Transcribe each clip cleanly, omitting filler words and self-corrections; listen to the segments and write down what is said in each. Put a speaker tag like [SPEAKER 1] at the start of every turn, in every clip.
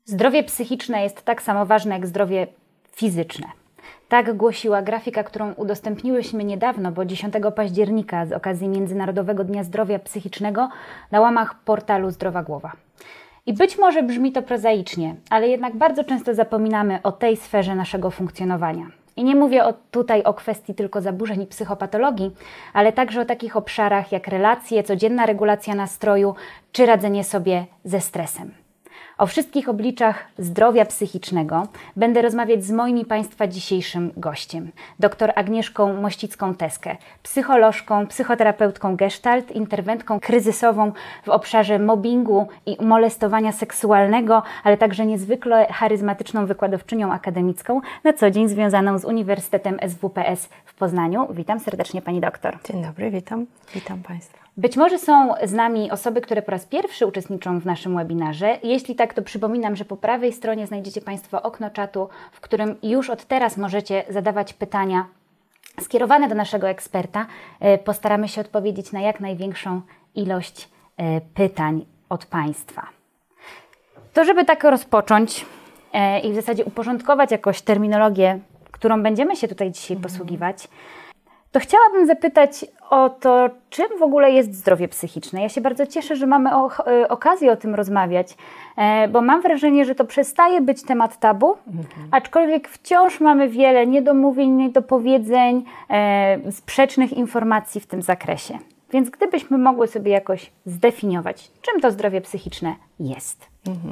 [SPEAKER 1] Zdrowie psychiczne jest tak samo ważne jak zdrowie fizyczne. Tak głosiła grafika, którą udostępniłyśmy niedawno, bo 10 października z okazji Międzynarodowego Dnia Zdrowia Psychicznego na łamach portalu Zdrowa Głowa. I być może brzmi to prozaicznie, ale jednak bardzo często zapominamy o tej sferze naszego funkcjonowania. I nie mówię tutaj o kwestii tylko zaburzeń i psychopatologii, ale także o takich obszarach jak relacje, codzienna regulacja nastroju czy radzenie sobie ze stresem. O wszystkich obliczach zdrowia psychicznego będę rozmawiać z moim i Państwa dzisiejszym gościem, dr Agnieszką Mościcką-Teskę, psycholożką, psychoterapeutką gestalt, interwentką kryzysową w obszarze mobbingu i molestowania seksualnego, ale także niezwykle charyzmatyczną wykładowczynią akademicką, na co dzień związaną z Uniwersytetem SWPS w Poznaniu. Witam serdecznie Pani doktor.
[SPEAKER 2] Dzień dobry, witam Państwa.
[SPEAKER 1] Być może są z nami osoby, które po raz pierwszy uczestniczą w naszym webinarze. Jeśli tak, to przypominam, że po prawej stronie znajdziecie Państwo okno czatu, w którym już od teraz możecie zadawać pytania skierowane do naszego eksperta. Postaramy się odpowiedzieć na jak największą ilość pytań od Państwa. To, żeby tak rozpocząć i w zasadzie uporządkować jakoś terminologię, którą będziemy się tutaj dzisiaj posługiwać, to chciałabym zapytać o to, czym w ogóle jest zdrowie psychiczne. Ja się bardzo cieszę, że mamy okazję o tym rozmawiać, bo mam wrażenie, że to przestaje być temat tabu, aczkolwiek wciąż mamy wiele niedomówień, niedopowiedzeń, sprzecznych informacji w tym zakresie. Więc gdybyśmy mogły sobie jakoś zdefiniować, czym to zdrowie psychiczne jest.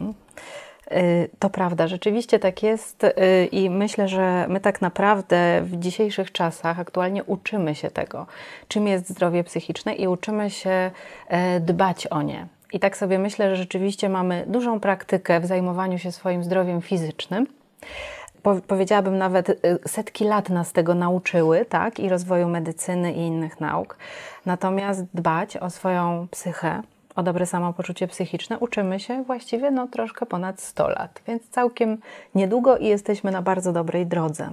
[SPEAKER 2] To prawda, rzeczywiście tak jest i myślę, że my tak naprawdę w dzisiejszych czasach aktualnie uczymy się tego, czym jest zdrowie psychiczne i uczymy się dbać o nie. I tak sobie myślę, że rzeczywiście mamy dużą praktykę w zajmowaniu się swoim zdrowiem fizycznym. Powiedziałabym nawet setki lat nas tego nauczyły, tak? I rozwoju medycyny i innych nauk. Natomiast dbać o swoją psychę, o dobre samopoczucie psychiczne uczymy się właściwie troszkę ponad 100 lat, więc całkiem niedługo i jesteśmy na bardzo dobrej drodze.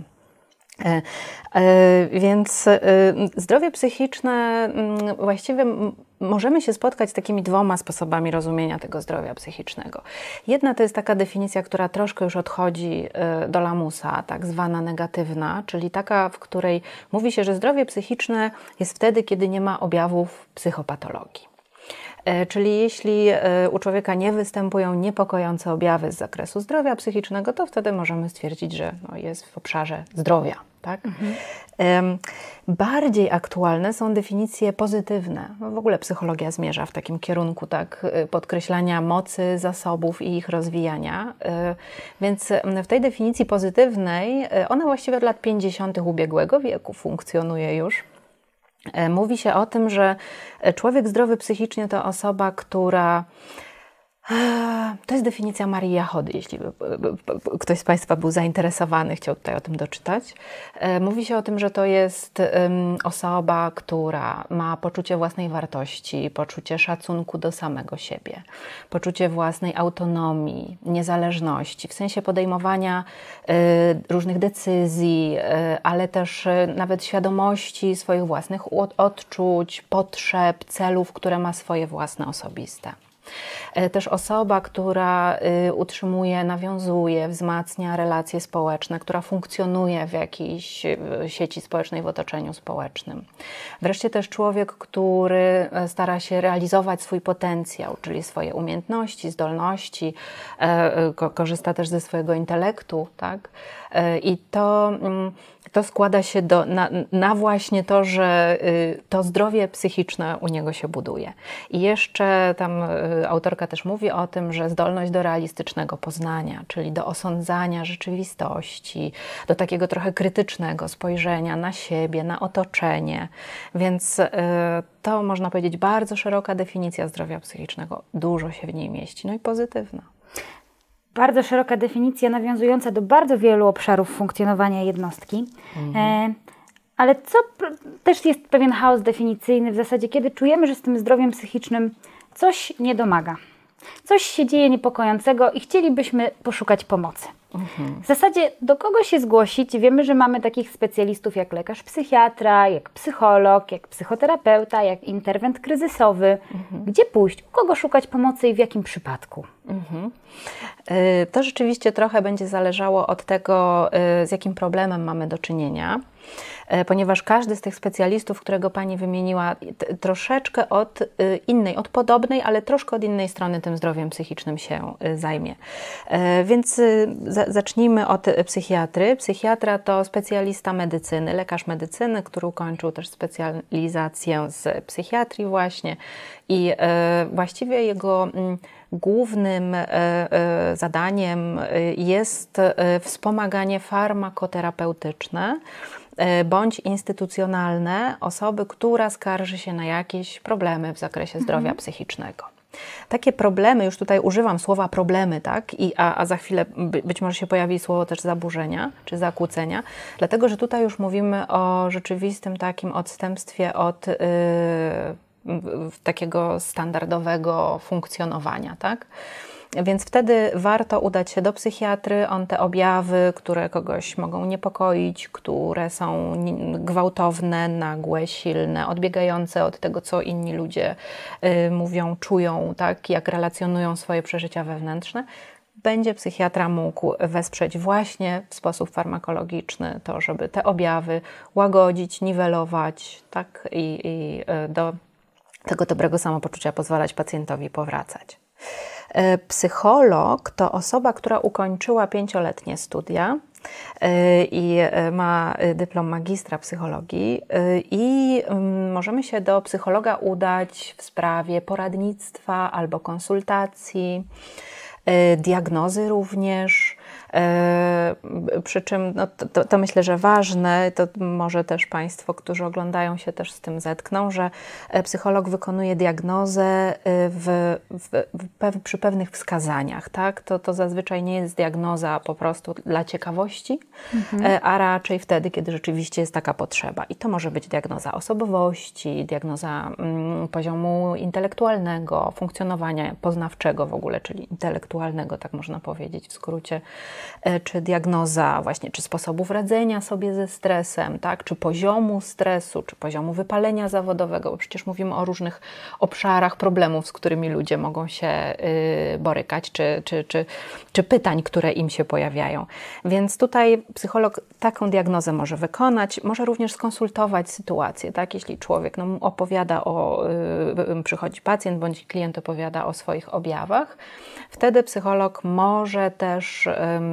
[SPEAKER 2] Więc zdrowie psychiczne właściwie możemy się spotkać z takimi dwoma sposobami rozumienia tego zdrowia psychicznego. Jedna to jest taka definicja, która troszkę już odchodzi do lamusa, tak zwana negatywna, czyli taka, w której mówi się, że zdrowie psychiczne jest wtedy, kiedy nie ma objawów psychopatologii. Czyli jeśli u człowieka nie występują niepokojące objawy z zakresu zdrowia psychicznego, to wtedy możemy stwierdzić, że jest w obszarze zdrowia. Tak? Bardziej aktualne są definicje pozytywne. W ogóle psychologia zmierza w takim kierunku podkreślania mocy zasobów i ich rozwijania. Więc w tej definicji pozytywnej, ona właściwie od lat 50. ubiegłego wieku funkcjonuje już. Mówi się o tym, że człowiek zdrowy psychicznie to osoba, która... To jest definicja Marii Jachody, jeśli ktoś z Państwa był zainteresowany, chciał tutaj o tym doczytać. Mówi się o tym, że to jest osoba, która ma poczucie własnej wartości, poczucie szacunku do samego siebie, poczucie własnej autonomii, niezależności, w sensie podejmowania różnych decyzji, ale też nawet świadomości swoich własnych odczuć, potrzeb, celów, które ma swoje własne osobiste. Też osoba, która utrzymuje, nawiązuje, wzmacnia relacje społeczne, która funkcjonuje w jakiejś sieci społecznej, w otoczeniu społecznym. Wreszcie też człowiek, który stara się realizować swój potencjał, czyli swoje umiejętności, zdolności, korzysta też ze swojego intelektu, tak? I to składa się na właśnie to, że to zdrowie psychiczne u niego się buduje. I jeszcze tam autorka też mówi o tym, że zdolność do realistycznego poznania, czyli do osądzania rzeczywistości, do takiego trochę krytycznego spojrzenia na siebie, na otoczenie. Więc to można powiedzieć bardzo szeroka definicja zdrowia psychicznego. Dużo się w niej mieści, no i pozytywna.
[SPEAKER 1] Bardzo szeroka definicja nawiązująca do bardzo wielu obszarów funkcjonowania jednostki. Ale też jest pewien chaos definicyjny w zasadzie, kiedy czujemy, że z tym zdrowiem psychicznym coś nie domaga. Coś się dzieje niepokojącego i chcielibyśmy poszukać pomocy. W zasadzie do kogo się zgłosić? Wiemy, że mamy takich specjalistów jak lekarz psychiatra, jak psycholog, jak psychoterapeuta, jak interwent kryzysowy. Gdzie pójść? U kogo szukać pomocy i w jakim przypadku?
[SPEAKER 2] To rzeczywiście trochę będzie zależało od tego, z jakim problemem mamy do czynienia, ponieważ każdy z tych specjalistów, którego Pani wymieniła, troszeczkę od innej, od podobnej, ale troszkę od innej strony tym zdrowiem psychicznym się zajmie. Więc zacznijmy od psychiatry. Psychiatra to specjalista medycyny, lekarz medycyny, który ukończył też specjalizację z psychiatrii właśnie i właściwie jego głównym zadaniem jest wspomaganie farmakoterapeutyczne bądź instytucjonalne osoby, która skarży się na jakieś problemy w zakresie zdrowia psychicznego. Takie problemy, już tutaj używam słowa problemy, tak? A za chwilę być może się pojawi słowo też zaburzenia czy zakłócenia, dlatego że tutaj już mówimy o rzeczywistym takim odstępstwie od takiego standardowego funkcjonowania, tak? Więc wtedy warto udać się do psychiatry. On te objawy, które kogoś mogą niepokoić, które są gwałtowne, nagłe, silne, odbiegające od tego, co inni ludzie mówią, czują, tak, jak relacjonują swoje przeżycia wewnętrzne, będzie psychiatra mógł wesprzeć właśnie w sposób farmakologiczny to, żeby te objawy łagodzić, niwelować, tak, i do tego dobrego samopoczucia pozwalać pacjentowi powracać. Psycholog to osoba, która ukończyła 5-letnie studia i ma dyplom magistra psychologii i możemy się do psychologa udać w sprawie poradnictwa albo konsultacji, diagnozy również. Przy czym no, to myślę, że ważne, to może też Państwo, którzy oglądają się też z tym zetkną, że psycholog wykonuje diagnozę przy pewnych wskazaniach. Tak? To zazwyczaj nie jest diagnoza po prostu dla ciekawości, a raczej wtedy, kiedy rzeczywiście jest taka potrzeba. I to może być diagnoza osobowości, diagnoza poziomu intelektualnego, funkcjonowania poznawczego w ogóle, czyli intelektualnego, tak można powiedzieć w skrócie, czy diagnoza właśnie, czy sposobów radzenia sobie ze stresem, tak? Czy poziomu stresu, czy poziomu wypalenia zawodowego, bo przecież mówimy o różnych obszarach problemów, z którymi ludzie mogą się borykać, czy pytań, które im się pojawiają. Więc tutaj psycholog taką diagnozę może wykonać, może również skonsultować sytuację, tak? Jeśli człowiek opowiada przychodzi pacjent bądź klient opowiada o swoich objawach, wtedy psycholog może też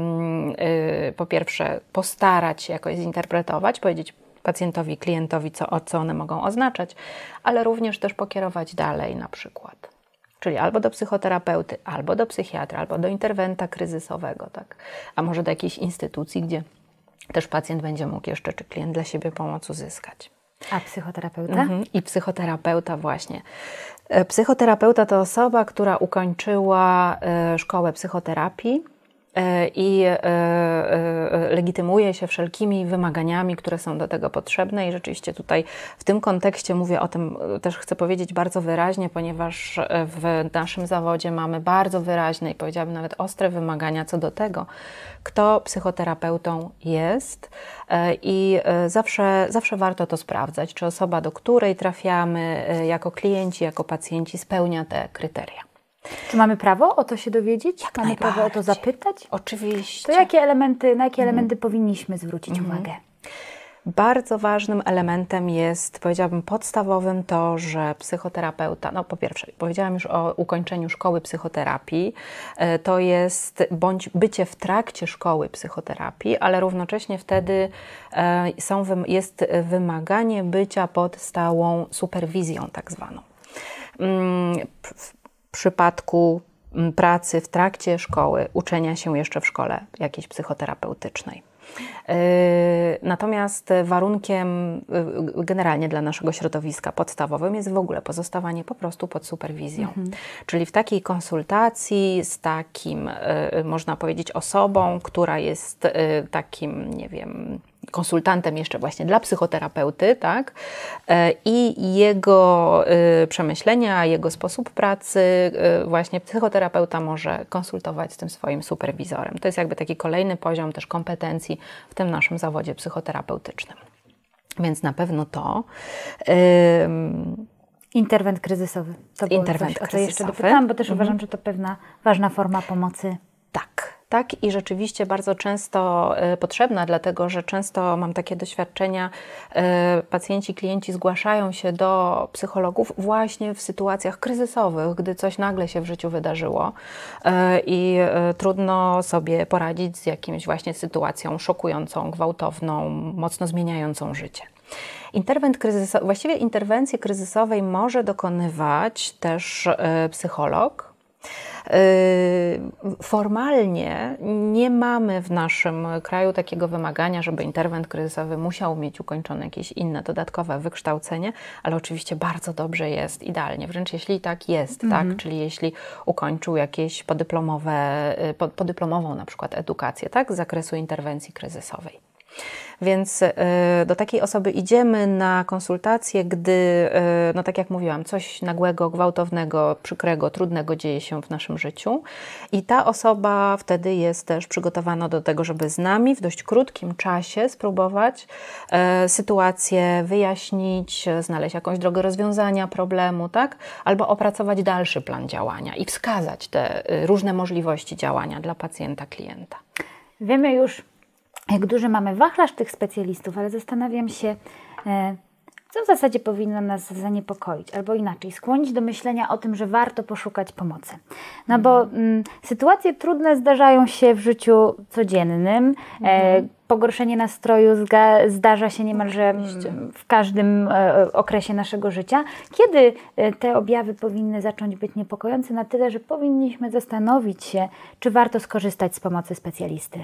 [SPEAKER 2] po pierwsze postarać się jakoś zinterpretować, powiedzieć pacjentowi, klientowi, co one mogą oznaczać, ale również też pokierować dalej na przykład. Czyli albo do psychoterapeuty, albo do psychiatra, albo do interwenta kryzysowego, tak? A może do jakiejś instytucji, gdzie też pacjent będzie mógł jeszcze, czy klient dla siebie pomoc uzyskać.
[SPEAKER 1] A psychoterapeuta?
[SPEAKER 2] I psychoterapeuta właśnie. Psychoterapeuta to osoba, która ukończyła szkołę psychoterapii i legitymuje się wszelkimi wymaganiami, które są do tego potrzebne i rzeczywiście tutaj w tym kontekście mówię o tym, też chcę powiedzieć bardzo wyraźnie, ponieważ w naszym zawodzie mamy bardzo wyraźne i powiedziałabym nawet ostre wymagania co do tego, kto psychoterapeutą jest i zawsze warto to sprawdzać, czy osoba, do której trafiamy jako klienci, jako pacjenci spełnia te kryteria.
[SPEAKER 1] Czy mamy prawo o to się dowiedzieć?
[SPEAKER 2] Jak
[SPEAKER 1] mamy prawo o to zapytać?
[SPEAKER 2] Oczywiście.
[SPEAKER 1] To na jakie elementy powinniśmy zwrócić uwagę?
[SPEAKER 2] Bardzo ważnym elementem jest, powiedziałabym, podstawowym to, że psychoterapeuta, no po pierwsze, powiedziałam już o ukończeniu szkoły psychoterapii, to jest bądź bycie w trakcie szkoły psychoterapii, ale równocześnie wtedy jest wymaganie bycia pod stałą superwizją tak zwaną. W przypadku pracy w trakcie szkoły, uczenia się jeszcze w szkole jakiejś psychoterapeutycznej. Natomiast warunkiem generalnie dla naszego środowiska podstawowym jest w ogóle pozostawanie po prostu pod superwizją. Czyli w takiej konsultacji z takim, można powiedzieć, osobą, która jest takim, nie wiem, konsultantem jeszcze właśnie dla psychoterapeuty, tak? I jego przemyślenia, jego sposób pracy właśnie psychoterapeuta może konsultować z tym swoim superwizorem. To jest jakby taki kolejny poziom też kompetencji w tym naszym zawodzie psychoterapeutycznym. Więc na pewno to.
[SPEAKER 1] Interwent kryzysowy. To było
[SPEAKER 2] Interwent
[SPEAKER 1] coś, o co jeszcze
[SPEAKER 2] kryzysowy.
[SPEAKER 1] dopytam, bo też uważam, że to pewna ważna forma pomocy.
[SPEAKER 2] Tak i rzeczywiście bardzo często potrzebna, dlatego że często mam takie doświadczenia, pacjenci, klienci zgłaszają się do psychologów właśnie w sytuacjach kryzysowych, gdy coś nagle się w życiu wydarzyło i trudno sobie poradzić z jakimś właśnie sytuacją szokującą, gwałtowną, mocno zmieniającą życie. Właściwie interwencji kryzysowej może dokonywać też psycholog. Formalnie nie mamy w naszym kraju takiego wymagania, żeby interwent kryzysowy musiał mieć ukończone jakieś inne dodatkowe wykształcenie, ale oczywiście bardzo dobrze jest, idealnie, wręcz jeśli tak jest, tak? Czyli jeśli ukończył jakieś podyplomową na przykład edukację, tak? Z zakresu interwencji kryzysowej. Więc do takiej osoby idziemy na konsultację, gdy, no tak jak mówiłam, coś nagłego, gwałtownego, przykrego, trudnego dzieje się w naszym życiu i ta osoba wtedy jest też przygotowana do tego, żeby z nami w dość krótkim czasie spróbować sytuację wyjaśnić, znaleźć jakąś drogę rozwiązania problemu, tak? Albo opracować dalszy plan działania i wskazać te różne możliwości działania dla pacjenta, klienta.
[SPEAKER 1] Wiemy już, jak duży mamy wachlarz tych specjalistów, ale zastanawiam się, co w zasadzie powinno nas zaniepokoić, albo inaczej, skłonić do myślenia o tym, że warto poszukać pomocy. No bo sytuacje trudne zdarzają się w życiu codziennym. Pogorszenie nastroju zdarza się niemalże w każdym okresie naszego życia. Kiedy te objawy powinny zacząć być niepokojące na tyle, że powinniśmy zastanowić się, czy warto skorzystać z pomocy specjalisty?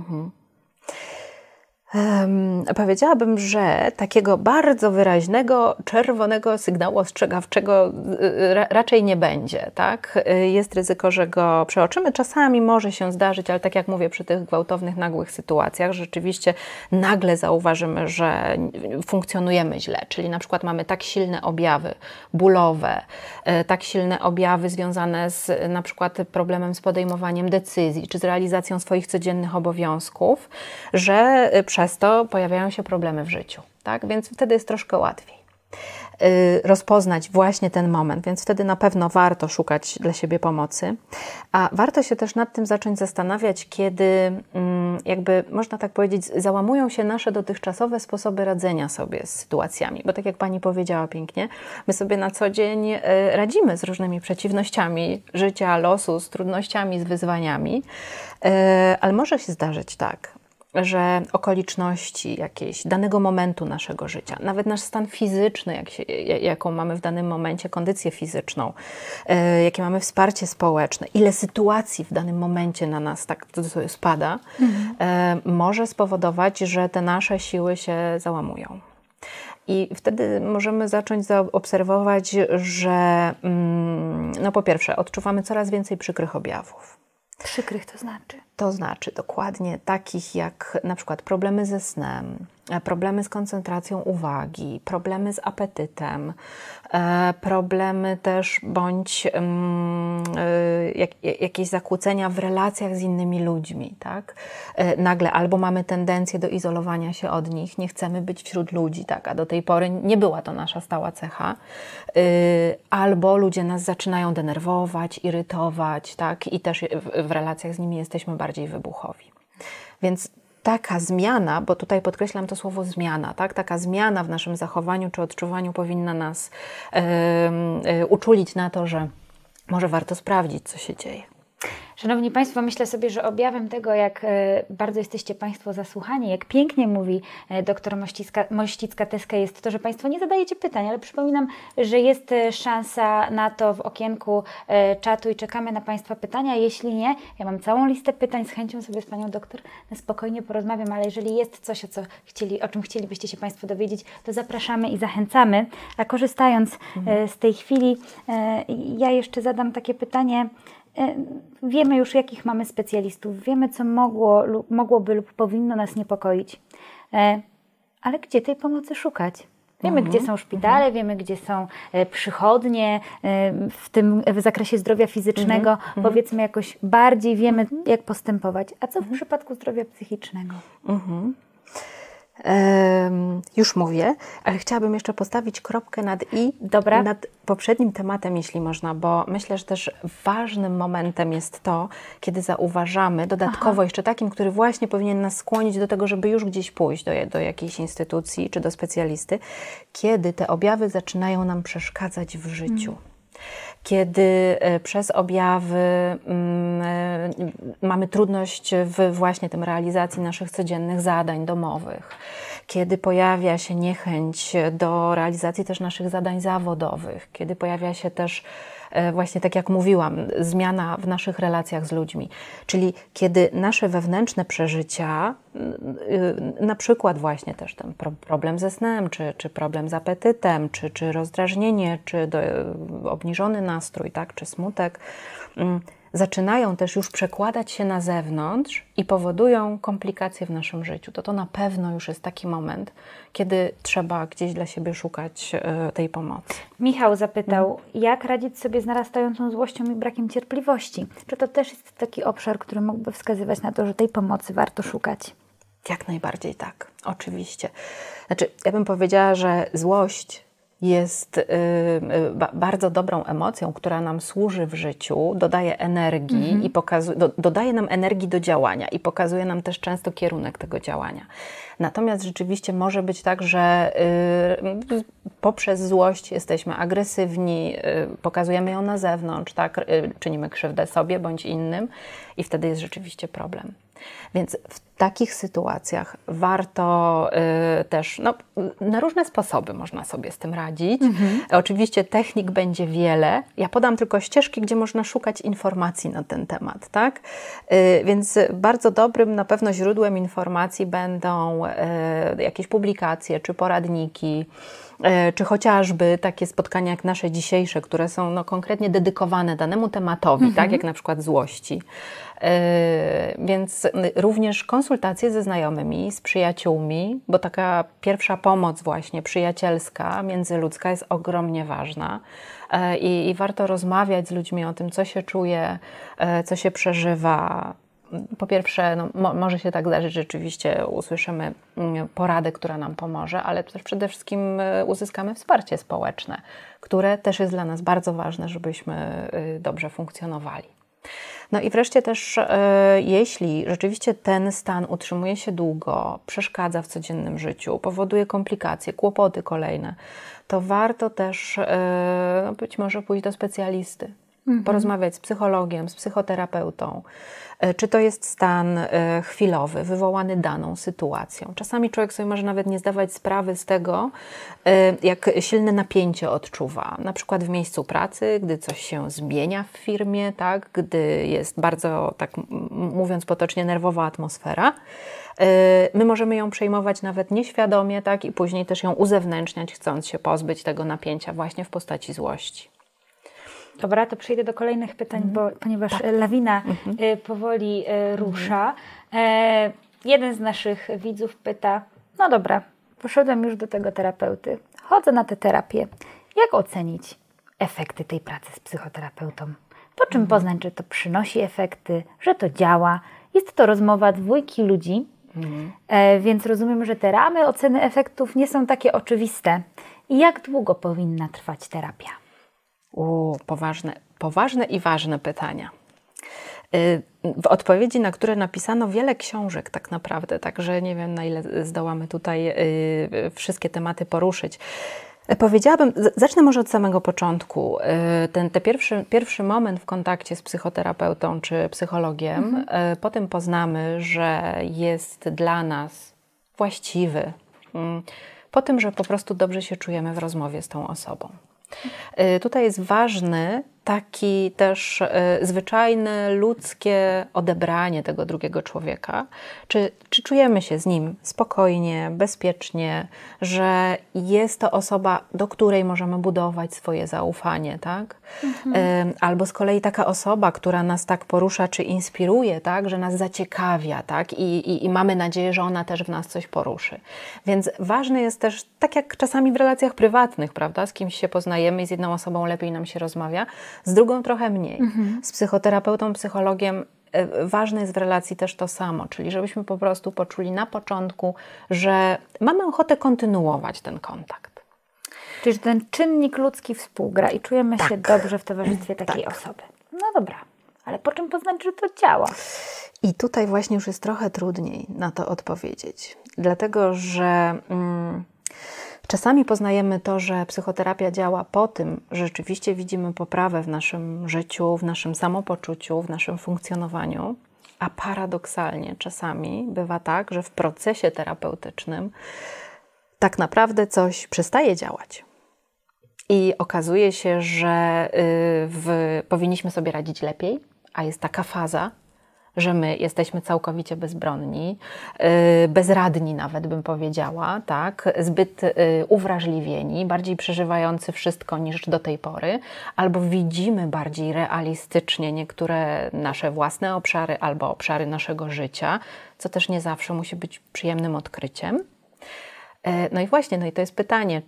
[SPEAKER 2] Powiedziałabym, że takiego bardzo wyraźnego, czerwonego sygnału ostrzegawczego raczej nie będzie, tak? Jest ryzyko, że go przeoczymy. Czasami może się zdarzyć, ale tak jak mówię, przy tych gwałtownych, nagłych sytuacjach rzeczywiście nagle zauważymy, że funkcjonujemy źle, czyli na przykład mamy tak silne objawy bólowe, tak silne objawy związane z na przykład problemem z podejmowaniem decyzji, czy z realizacją swoich codziennych obowiązków, że przez to pojawiają się problemy w życiu, tak? Więc wtedy jest troszkę łatwiej rozpoznać właśnie ten moment, więc wtedy na pewno warto szukać dla siebie pomocy, a warto się też nad tym zacząć zastanawiać, kiedy jakby, można tak powiedzieć, załamują się nasze dotychczasowe sposoby radzenia sobie z sytuacjami, bo tak jak Pani powiedziała pięknie, my sobie na co dzień radzimy z różnymi przeciwnościami życia, losu, z trudnościami, z wyzwaniami, ale może się zdarzyć tak, że okoliczności jakieś danego momentu naszego życia, nawet nasz stan fizyczny, jaką mamy w danym momencie, kondycję fizyczną, jakie mamy wsparcie społeczne, ile sytuacji w danym momencie na nas tak spada, może spowodować, że te nasze siły się załamują. I wtedy możemy zacząć zaobserwować, że no po pierwsze odczuwamy coraz więcej przykrych objawów.
[SPEAKER 1] Przykrych to znaczy?
[SPEAKER 2] To znaczy dokładnie takich jak na przykład problemy ze snem, problemy z koncentracją uwagi, problemy z apetytem, problemy też bądź jakieś zakłócenia w relacjach z innymi ludźmi, tak? Nagle albo mamy tendencję do izolowania się od nich, nie chcemy być wśród ludzi, tak? A do tej pory nie była to nasza stała cecha, albo ludzie nas zaczynają denerwować, irytować, tak? I też w relacjach z nimi jesteśmy bardziej wybuchowi. Więc taka zmiana, bo tutaj podkreślam to słowo zmiana, tak? Taka zmiana w naszym zachowaniu czy odczuwaniu powinna nas uczulić na to, że może warto sprawdzić, co się dzieje.
[SPEAKER 1] Szanowni Państwo, myślę sobie, że objawem tego, jak bardzo jesteście Państwo zasłuchani, jak pięknie mówi dr Mościcka-Teska, jest to, że Państwo nie zadajecie pytań, ale przypominam, że jest szansa na to w okienku czatu i czekamy na Państwa pytania. Jeśli nie, ja mam całą listę pytań, z chęcią sobie z Panią doktor na spokojnie porozmawiam, ale jeżeli jest coś, o czym chcielibyście się Państwo dowiedzieć, to zapraszamy i zachęcamy. A korzystając z tej chwili, ja jeszcze zadam takie pytanie. Wiemy już, jakich mamy specjalistów, wiemy, co mogłoby lub powinno nas niepokoić. Ale gdzie tej pomocy szukać? Wiemy, gdzie są szpitale, wiemy, gdzie są przychodnie w zakresie zdrowia fizycznego. Powiedzmy jakoś bardziej wiemy, jak postępować. A co w przypadku zdrowia psychicznego?
[SPEAKER 2] Już mówię, ale chciałabym jeszcze postawić kropkę nad i nad poprzednim tematem, jeśli można, bo myślę, że też ważnym momentem jest to, kiedy zauważamy dodatkowo jeszcze takim, który właśnie powinien nas skłonić do tego, żeby już gdzieś pójść do jakiejś instytucji czy do specjalisty, kiedy te objawy zaczynają nam przeszkadzać w życiu. Kiedy przez objawy mamy trudność w właśnie tym realizacji naszych codziennych zadań domowych, kiedy pojawia się niechęć do realizacji też naszych zadań zawodowych, kiedy pojawia się też właśnie, tak jak mówiłam, zmiana w naszych relacjach z ludźmi. Czyli kiedy nasze wewnętrzne przeżycia, na przykład właśnie też ten problem ze snem, czy problem z apetytem, czy rozdrażnienie, czy obniżony nastrój, tak, czy smutek, zaczynają też już przekładać się na zewnątrz i powodują komplikacje w naszym życiu, to na pewno już jest taki moment, kiedy trzeba gdzieś dla siebie szukać tej pomocy.
[SPEAKER 1] Michał zapytał, jak radzić sobie z narastającą złością i brakiem cierpliwości? Czy to też jest taki obszar, który mógłby wskazywać na to, że tej pomocy warto szukać?
[SPEAKER 2] Jak najbardziej tak, oczywiście. Znaczy, ja bym powiedziała, że złość jest bardzo dobrą emocją, która nam służy w życiu, dodaje energii i dodaje nam energii do działania i pokazuje nam też często kierunek tego działania. Natomiast rzeczywiście może być tak, że poprzez złość jesteśmy agresywni, pokazujemy ją na zewnątrz, tak? Czynimy krzywdę sobie bądź innym i wtedy jest rzeczywiście problem. Więc w takich sytuacjach warto też, na różne sposoby można sobie z tym radzić. Oczywiście technik będzie wiele. Ja podam tylko ścieżki, gdzie można szukać informacji na ten temat, tak? Więc bardzo dobrym na pewno źródłem informacji będą jakieś publikacje czy poradniki, czy chociażby takie spotkania jak nasze dzisiejsze, które są konkretnie dedykowane danemu tematowi, tak jak na przykład złości. Więc również konsultacje ze znajomymi, z przyjaciółmi, bo taka pierwsza pomoc właśnie przyjacielska, międzyludzka jest ogromnie ważna i warto rozmawiać z ludźmi o tym, co się czuje, co się przeżywa. Po pierwsze, może się tak zdarzyć, że rzeczywiście usłyszymy poradę, która nam pomoże, ale też przede wszystkim uzyskamy wsparcie społeczne, które też jest dla nas bardzo ważne, żebyśmy dobrze funkcjonowali. No i wreszcie też, jeśli rzeczywiście ten stan utrzymuje się długo, przeszkadza w codziennym życiu, powoduje komplikacje, kłopoty kolejne, to warto też być może pójść do specjalisty, porozmawiać z psychologiem, z psychoterapeutą. Czy to jest stan chwilowy, wywołany daną sytuacją. Czasami człowiek sobie może nawet nie zdawać sprawy z tego, jak silne napięcie odczuwa. Na przykład w miejscu pracy, gdy coś się zmienia w firmie, tak? Gdy jest bardzo, tak mówiąc potocznie, nerwowa atmosfera. My możemy ją przejmować nawet nieświadomie, tak? I później też ją uzewnętrzniać, chcąc się pozbyć tego napięcia właśnie w postaci złości.
[SPEAKER 1] Dobra, to przejdę do kolejnych pytań, ponieważ lawina powoli rusza. Jeden z naszych widzów pyta, no dobra, poszedłem już do tego terapeuty, chodzę na tę terapię. Jak ocenić efekty tej pracy z psychoterapeutą? Po czym poznać, że to przynosi efekty, że to działa? Jest to rozmowa dwójki ludzi, więc rozumiem, że te ramy oceny efektów nie są takie oczywiste. I jak długo powinna trwać terapia?
[SPEAKER 2] Poważne i ważne pytania. W odpowiedzi na które napisano wiele książek tak naprawdę, także nie wiem, na ile zdołamy tutaj wszystkie tematy poruszyć. Powiedziałabym, zacznę może od samego początku. Ten pierwszy moment w kontakcie z psychoterapeutą czy psychologiem, po tym poznamy, że jest dla nas właściwy, po tym, że po prostu dobrze się czujemy w rozmowie z tą osobą. Tutaj jest ważny taki też zwyczajne, ludzkie odebranie tego drugiego człowieka. Czy czujemy się z nim spokojnie, bezpiecznie, że jest to osoba, do której możemy budować swoje zaufanie, tak? Albo z kolei taka osoba, która nas tak porusza, czy inspiruje, tak? Że nas zaciekawia, tak? I mamy nadzieję, że ona też w nas coś poruszy. Więc ważne jest też, tak jak czasami w relacjach prywatnych, prawda? Z kimś się poznajemy i z jedną osobą lepiej nam się rozmawia, z drugą trochę mniej. Z psychoterapeutą, psychologiem ważne jest w relacji też to samo, czyli żebyśmy po prostu poczuli na początku, że mamy ochotę kontynuować ten kontakt.
[SPEAKER 1] Czyli że ten czynnik ludzki współgra i czujemy się dobrze w towarzystwie takiej osoby. No dobra, ale po czym poznać, że to działa?
[SPEAKER 2] I tutaj właśnie już jest trochę trudniej na to odpowiedzieć, dlatego że czasami poznajemy to, że psychoterapia działa po tym, że rzeczywiście widzimy poprawę w naszym życiu, w naszym samopoczuciu, w naszym funkcjonowaniu, a paradoksalnie czasami bywa tak, że w procesie terapeutycznym tak naprawdę coś przestaje działać. I okazuje się, że powinniśmy sobie radzić lepiej, a jest taka faza, że my jesteśmy całkowicie bezbronni, bezradni nawet bym powiedziała, tak? Zbyt uwrażliwieni, bardziej przeżywający wszystko niż do tej pory, albo widzimy bardziej realistycznie niektóre nasze własne obszary albo obszary naszego życia, co też nie zawsze musi być przyjemnym odkryciem. No i właśnie, no i to jest pytanie,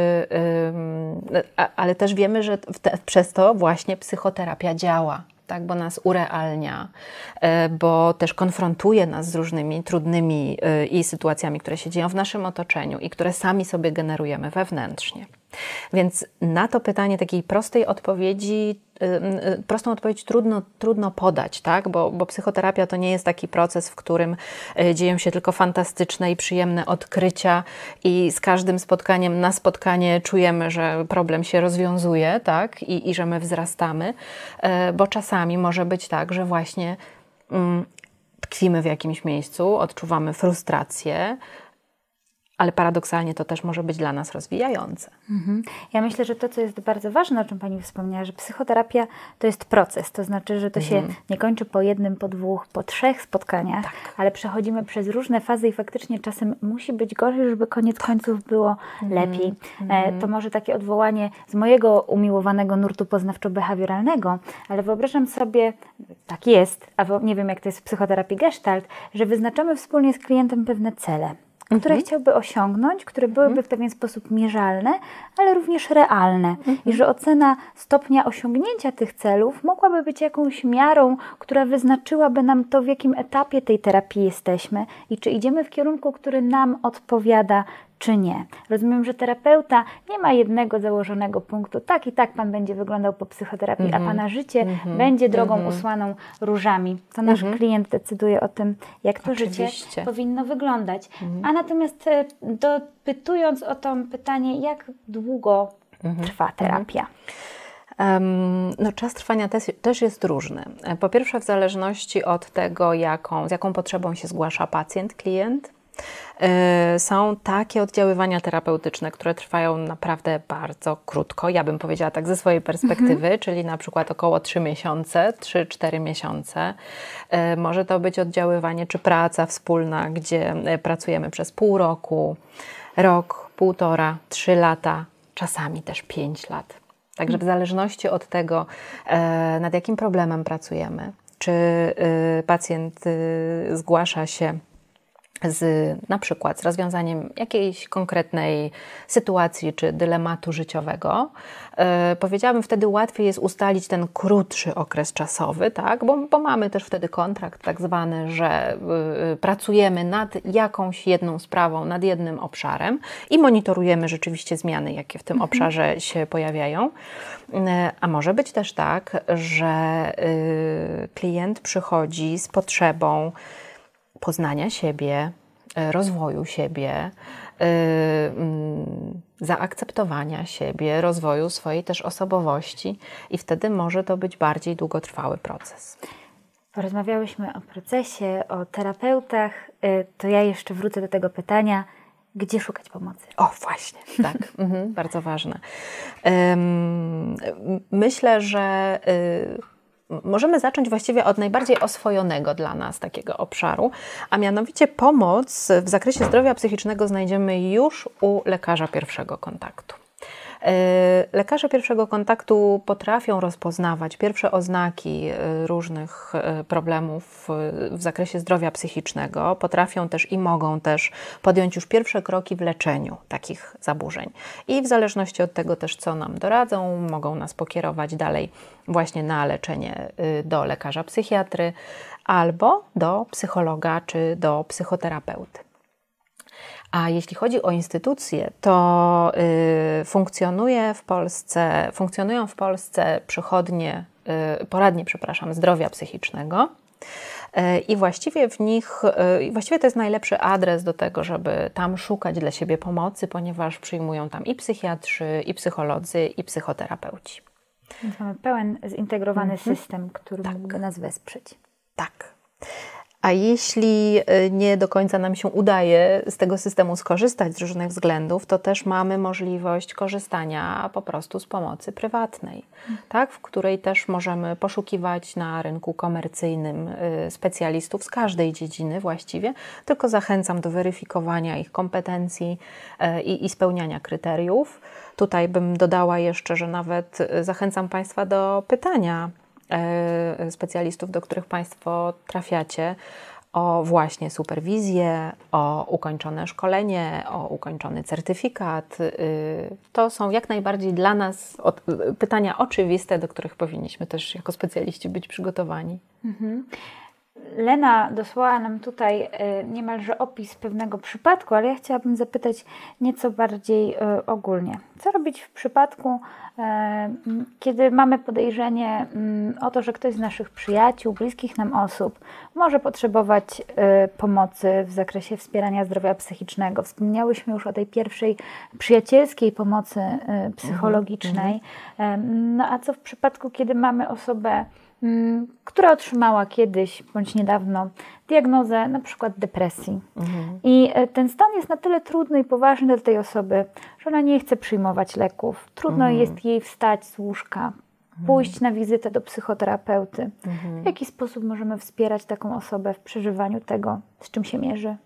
[SPEAKER 2] ale też wiemy, że przez to właśnie psychoterapia działa. Tak, bo nas urealnia, bo też konfrontuje nas z różnymi trudnymi i sytuacjami, które się dzieją w naszym otoczeniu i które sami sobie generujemy wewnętrznie. Więc na to pytanie takiej prostej odpowiedzi, prostą odpowiedź trudno podać, tak? Bo psychoterapia to nie jest taki proces, w którym dzieją się tylko fantastyczne i przyjemne odkrycia i z każdym spotkaniem na spotkanie czujemy, że problem się rozwiązuje, tak? I że my wzrastamy, bo czasami może być tak, że właśnie tkwimy w jakimś miejscu, odczuwamy frustrację, ale paradoksalnie to też może być dla nas rozwijające.
[SPEAKER 1] Ja myślę, że to, co jest bardzo ważne, o czym Pani wspomniała, że psychoterapia to jest proces, to znaczy, że to się nie kończy po jednym, po dwóch, po trzech spotkaniach, ale przechodzimy przez różne fazy i faktycznie czasem musi być gorzej, żeby koniec końców było lepiej. To może takie odwołanie z mojego umiłowanego nurtu poznawczo-behawioralnego, ale wyobrażam sobie, tak jest, a nie wiem, jak to jest w psychoterapii Gestalt, że wyznaczamy wspólnie z klientem pewne cele, które chciałby osiągnąć, które byłyby w pewien sposób mierzalne, ale również realne. I że ocena stopnia osiągnięcia tych celów mogłaby być jakąś miarą, która wyznaczyłaby nam to, w jakim etapie tej terapii jesteśmy i czy idziemy w kierunku, który nam odpowiada, czy nie. Rozumiem, że terapeuta nie ma jednego założonego punktu. Tak i tak Pan będzie wyglądał po psychoterapii, a Pana życie będzie drogą usłaną różami. To nasz klient decyduje o tym, jak to życie powinno wyglądać. A natomiast dopytując o to pytanie, jak długo trwa terapia?
[SPEAKER 2] No, czas trwania też jest różny. Po pierwsze, w zależności od tego, z jaką potrzebą się zgłasza pacjent, klient. Są takie oddziaływania terapeutyczne, które trwają naprawdę bardzo krótko, ja bym powiedziała tak ze swojej perspektywy, czyli na przykład około 3 miesiące, 3-4 miesiące. Może to być oddziaływanie czy praca wspólna, gdzie pracujemy przez pół roku, rok, 1,5, 3 lata, czasami też 5 lat. Także w zależności od tego, nad jakim problemem pracujemy, czy pacjent zgłasza się na przykład z rozwiązaniem jakiejś konkretnej sytuacji czy dylematu życiowego, powiedziałabym, wtedy łatwiej jest ustalić ten krótszy okres czasowy, tak? Bo mamy też wtedy kontrakt tak zwany, że pracujemy nad jakąś jedną sprawą, nad jednym obszarem i monitorujemy rzeczywiście zmiany, jakie w tym obszarze się pojawiają. A może być też tak, że klient przychodzi z potrzebą poznania siebie, rozwoju siebie, zaakceptowania siebie, rozwoju swojej też osobowości i wtedy może to być bardziej długotrwały proces.
[SPEAKER 1] Porozmawiałyśmy o procesie, o terapeutach, to ja jeszcze wrócę do tego pytania, Gdzie szukać pomocy?
[SPEAKER 2] O, właśnie, tak, bardzo ważne. Myślę, że możemy zacząć właściwie od najbardziej oswojonego dla nas takiego obszaru, a mianowicie pomoc w zakresie zdrowia psychicznego znajdziemy już u lekarza pierwszego kontaktu. Lekarze pierwszego kontaktu potrafią rozpoznawać pierwsze oznaki różnych problemów w zakresie zdrowia psychicznego, potrafią też i mogą też podjąć już pierwsze kroki w leczeniu takich zaburzeń. I w zależności od tego też, co nam doradzą, mogą nas pokierować dalej właśnie na leczenie do lekarza psychiatry albo do psychologa czy do psychoterapeuty. A jeśli chodzi o instytucje, to funkcjonują w Polsce poradnie zdrowia psychicznego i właściwie to jest najlepszy adres do tego, żeby tam szukać dla siebie pomocy, ponieważ przyjmują tam i psychiatrzy, i psycholodzy, i psychoterapeuci.
[SPEAKER 1] Więc mamy pełen zintegrowany system, który mógłby nas wesprzeć.
[SPEAKER 2] Tak. A jeśli nie do końca nam się udaje z tego systemu skorzystać z różnych względów, to też mamy możliwość korzystania po prostu z pomocy prywatnej, tak? W której też możemy poszukiwać na rynku komercyjnym specjalistów z każdej dziedziny właściwie, tylko zachęcam do weryfikowania ich kompetencji i spełniania kryteriów. Tutaj bym dodała jeszcze, że nawet zachęcam Państwa do pytania specjalistów, do których Państwo trafiacie, o właśnie superwizję, o ukończone szkolenie, o ukończony certyfikat. To są jak najbardziej dla nas pytania oczywiste, do których powinniśmy też jako specjaliści być przygotowani.
[SPEAKER 1] Lena dosłała nam tutaj niemalże opis pewnego przypadku, ale ja chciałabym zapytać nieco bardziej ogólnie. Co robić w przypadku, kiedy mamy podejrzenie o to, że ktoś z naszych przyjaciół, bliskich nam osób może potrzebować pomocy w zakresie wspierania zdrowia psychicznego? Wspomniałyśmy już o tej pierwszej przyjacielskiej pomocy psychologicznej. No a co w przypadku, kiedy mamy osobę, która otrzymała kiedyś bądź niedawno diagnozę na przykład depresji. I ten stan jest na tyle trudny i poważny dla tej osoby, że ona nie chce przyjmować leków. Trudno jest jej wstać z łóżka, pójść na wizytę do psychoterapeuty. W jaki sposób możemy wspierać taką osobę w przeżywaniu tego, z czym się mierzy?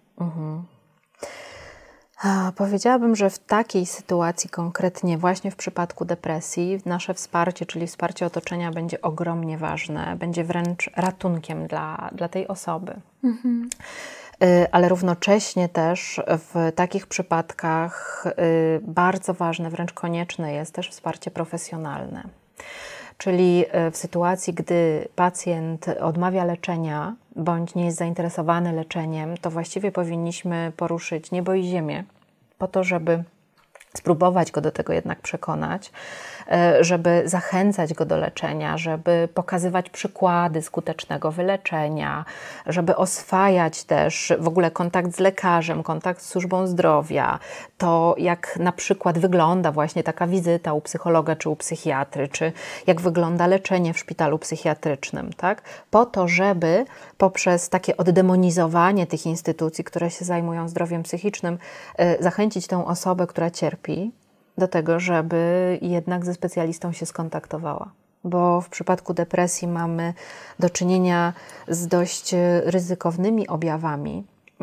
[SPEAKER 2] Powiedziałabym, że w takiej sytuacji konkretnie, właśnie w przypadku depresji, nasze wsparcie, czyli wsparcie otoczenia będzie ogromnie ważne, będzie wręcz ratunkiem dla tej osoby. Ale równocześnie też w takich przypadkach bardzo ważne, wręcz konieczne jest też wsparcie profesjonalne. Czyli w sytuacji, gdy pacjent odmawia leczenia bądź nie jest zainteresowany leczeniem, to właściwie powinniśmy poruszyć niebo i ziemię po to, żeby spróbować go do tego jednak przekonać, żeby zachęcać go do leczenia, żeby pokazywać przykłady skutecznego wyleczenia, żeby oswajać też w ogóle kontakt z lekarzem, kontakt z służbą zdrowia, to jak na przykład wygląda właśnie taka wizyta u psychologa czy u psychiatry, czy jak wygląda leczenie w szpitalu psychiatrycznym, tak? Po to, żeby poprzez takie oddemonizowanie tych instytucji, które się zajmują zdrowiem psychicznym, zachęcić tę osobę, która cierpi, do tego, żeby jednak ze specjalistą się skontaktowała. Bo w przypadku depresji mamy do czynienia z dość ryzykownymi objawami.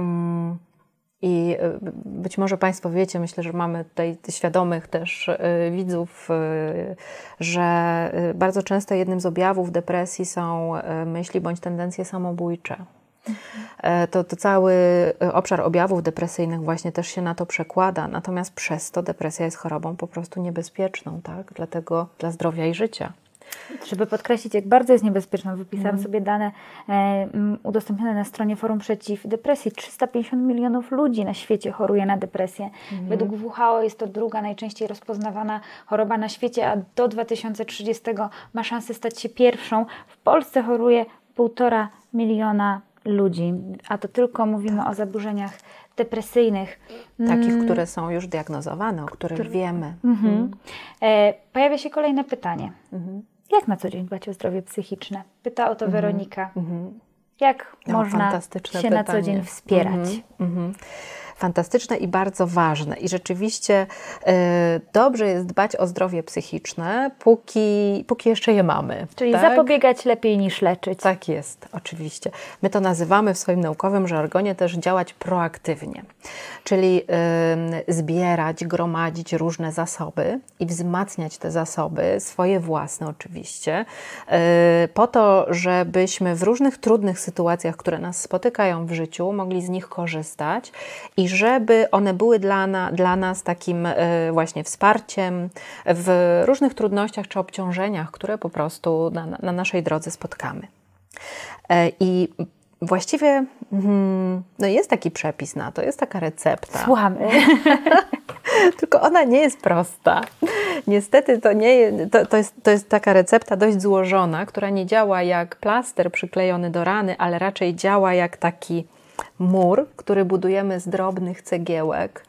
[SPEAKER 2] I być może Państwo wiecie, myślę, że mamy tutaj świadomych też widzów, że bardzo często jednym z objawów depresji są myśli bądź tendencje samobójcze. To cały obszar objawów depresyjnych właśnie też się na to przekłada, natomiast przez to depresja jest chorobą po prostu niebezpieczną, tak? Dlatego dla zdrowia i życia.
[SPEAKER 1] Żeby podkreślić, jak bardzo jest niebezpieczna, wypisałam sobie dane udostępnione na stronie Forum Przeciw Depresji. 350 milionów ludzi na świecie choruje na depresję. Według WHO jest to druga najczęściej rozpoznawana choroba na świecie, a do 2030 ma szansę stać się pierwszą. W Polsce choruje 1,5 miliona ludzi, a to tylko mówimy o zaburzeniach depresyjnych.
[SPEAKER 2] Takich, które są już diagnozowane, o których wiemy.
[SPEAKER 1] Pojawia się kolejne pytanie. Jak na co dzień dbać o zdrowie psychiczne? Pyta o to Weronika. Jak można się na co dzień wspierać?
[SPEAKER 2] fantastyczne i bardzo ważne. I rzeczywiście dobrze jest dbać o zdrowie psychiczne, póki jeszcze je mamy.
[SPEAKER 1] Czyli
[SPEAKER 2] tak?
[SPEAKER 1] zapobiegać lepiej niż leczyć.
[SPEAKER 2] Tak jest, oczywiście. My to nazywamy w swoim naukowym żargonie też działać proaktywnie. Czyli zbierać, gromadzić różne zasoby i wzmacniać te zasoby, swoje własne oczywiście, po to, żebyśmy w różnych trudnych sytuacjach, które nas spotykają w życiu, mogli z nich korzystać i żeby one były dla nas takim właśnie wsparciem w różnych trudnościach czy obciążeniach, które po prostu na naszej drodze spotkamy. I właściwie no jest taki przepis na to, jest taka recepta.
[SPEAKER 1] Słuchamy.
[SPEAKER 2] Tylko ona nie jest prosta. Niestety to jest taka recepta dość złożona, która nie działa jak plaster przyklejony do rany, ale raczej działa jak taki mur, który budujemy z drobnych cegiełek.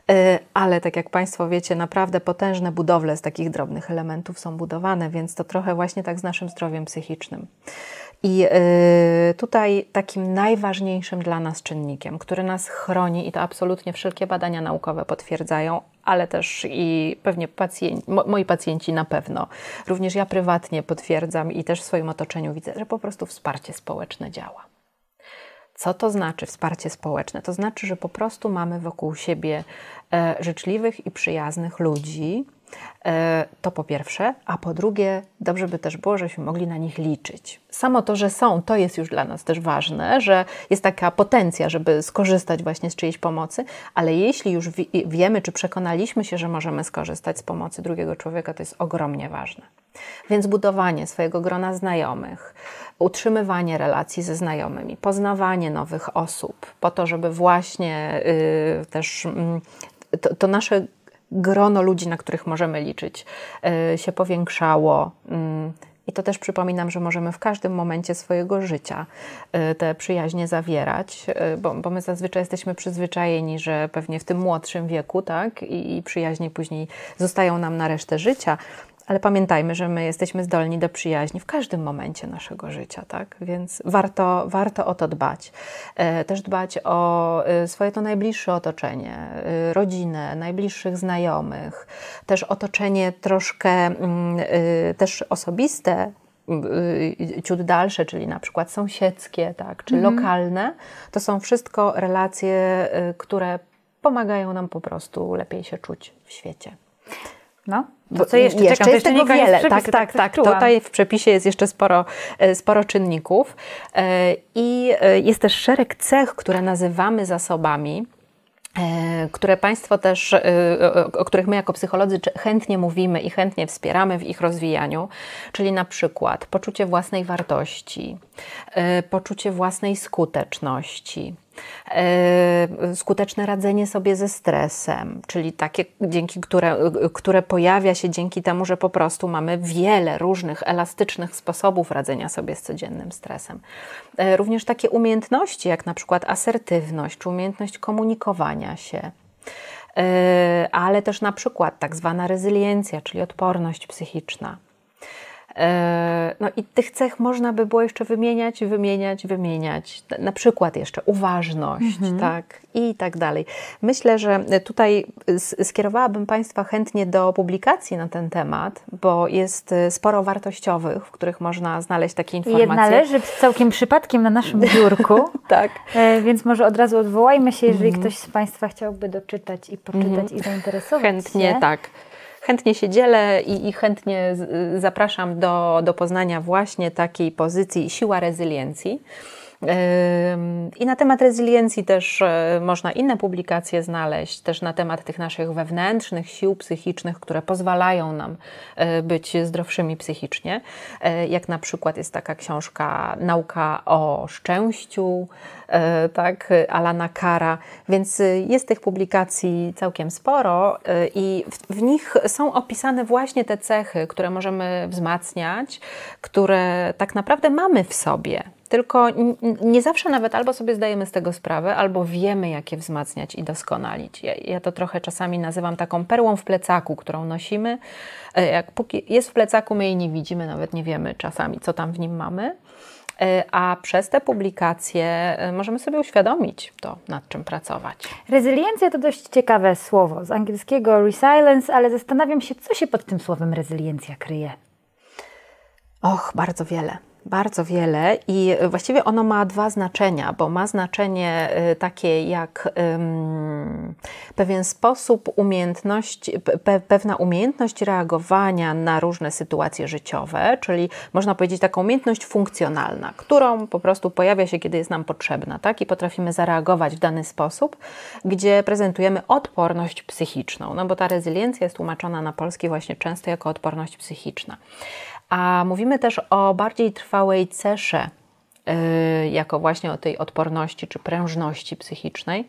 [SPEAKER 2] Ale tak jak Państwo wiecie, naprawdę potężne budowle z takich drobnych elementów są budowane, więc to trochę właśnie tak z naszym zdrowiem psychicznym. I tutaj takim najważniejszym dla nas czynnikiem, który nas chroni, i to absolutnie wszelkie badania naukowe potwierdzają, ale też i pewnie moi pacjenci na pewno, również ja prywatnie potwierdzam i też w swoim otoczeniu widzę, że po prostu wsparcie społeczne działa. Co to znaczy wsparcie społeczne? To znaczy, że po prostu mamy wokół siebie życzliwych i przyjaznych ludzi. To po pierwsze, a po drugie, dobrze by też było, żebyśmy mogli na nich liczyć. Samo to, że są, to jest już dla nas też ważne, że jest taka potencja, żeby skorzystać właśnie z czyjejś pomocy, ale jeśli już wiemy, czy przekonaliśmy się, że możemy skorzystać z pomocy drugiego człowieka, to jest ogromnie ważne. Więc budowanie swojego grona znajomych, utrzymywanie relacji ze znajomymi, poznawanie nowych osób, po to, żeby właśnie też to nasze grono ludzi, na których możemy liczyć, się powiększało. I to też przypominam, że możemy w każdym momencie swojego życia te przyjaźnie zawierać, bo my zazwyczaj jesteśmy przyzwyczajeni, że pewnie w tym młodszym wieku, tak, i przyjaźnie później zostają nam na resztę życia. Ale pamiętajmy, że my jesteśmy zdolni do przyjaźni w każdym momencie naszego życia, tak? Więc warto o to dbać. Też dbać o swoje to najbliższe otoczenie, rodzinę, najbliższych znajomych, też otoczenie troszkę też osobiste, ciut dalsze, czyli na przykład sąsiedzkie, tak, czy lokalne. To są wszystko relacje, które pomagają nam po prostu lepiej się czuć w świecie.
[SPEAKER 1] No, to co jeszcze? Czekam,
[SPEAKER 2] jest tego wiele. Tak.
[SPEAKER 1] Czułam.
[SPEAKER 2] Tutaj w przepisie jest jeszcze sporo czynników i jest też szereg cech, które nazywamy zasobami, które Państwo też, o których my jako psycholodzy chętnie mówimy i chętnie wspieramy w ich rozwijaniu, czyli na przykład poczucie własnej wartości, poczucie własnej skuteczności, skuteczne radzenie sobie ze stresem, czyli takie, które pojawia się dzięki temu, że po prostu mamy wiele różnych elastycznych sposobów radzenia sobie z codziennym stresem. Również takie umiejętności, jak na przykład asertywność, czy umiejętność komunikowania się, ale też na przykład tak zwana rezyliencja, czyli odporność psychiczna. No i tych cech można by było jeszcze wymieniać. Na przykład jeszcze uważność, tak, i tak dalej. Myślę, że tutaj skierowałabym Państwa chętnie do publikacji na ten temat, bo jest sporo wartościowych, w których można znaleźć takie informacje.
[SPEAKER 1] Jedna leży całkiem przypadkiem na naszym biurku,
[SPEAKER 2] tak.
[SPEAKER 1] Więc może od razu odwołajmy się, jeżeli ktoś z Państwa chciałby doczytać i poczytać i zainteresować
[SPEAKER 2] chętnie,
[SPEAKER 1] się.
[SPEAKER 2] Tak. Chętnie się dzielę i chętnie zapraszam do poznania właśnie takiej pozycji siła rezyliencji. I na temat rezyliencji też można inne publikacje znaleźć, też na temat tych naszych wewnętrznych sił psychicznych, które pozwalają nam być zdrowszymi psychicznie. Jak na przykład jest taka książka Nauka o szczęściu, tak, Alana Carra, więc jest tych publikacji całkiem sporo i w nich są opisane właśnie te cechy, które możemy wzmacniać, które tak naprawdę mamy w sobie. Tylko nie zawsze nawet albo sobie zdajemy z tego sprawę, albo wiemy, jak je wzmacniać i doskonalić. Ja to trochę czasami nazywam taką perłą w plecaku, którą nosimy. Póki jest w plecaku, my jej nie widzimy, nawet nie wiemy czasami, co tam w nim mamy. a przez te publikacje możemy sobie uświadomić to, nad czym pracować.
[SPEAKER 1] Rezyliencja to dość ciekawe słowo, z angielskiego resilience, ale zastanawiam się, co się pod tym słowem rezyliencja kryje.
[SPEAKER 2] Och, bardzo wiele i właściwie ono ma dwa znaczenia, bo ma znaczenie takie jak pewien sposób pewna umiejętność reagowania na różne sytuacje życiowe, czyli można powiedzieć taką umiejętność funkcjonalna, którą po prostu pojawia się, kiedy jest nam potrzebna, tak? I potrafimy zareagować w dany sposób, gdzie prezentujemy odporność psychiczną, no bo ta rezyliencja jest tłumaczona na polski właśnie często jako odporność psychiczna. A mówimy też o bardziej trwałej cesze, jako właśnie o tej odporności czy prężności psychicznej,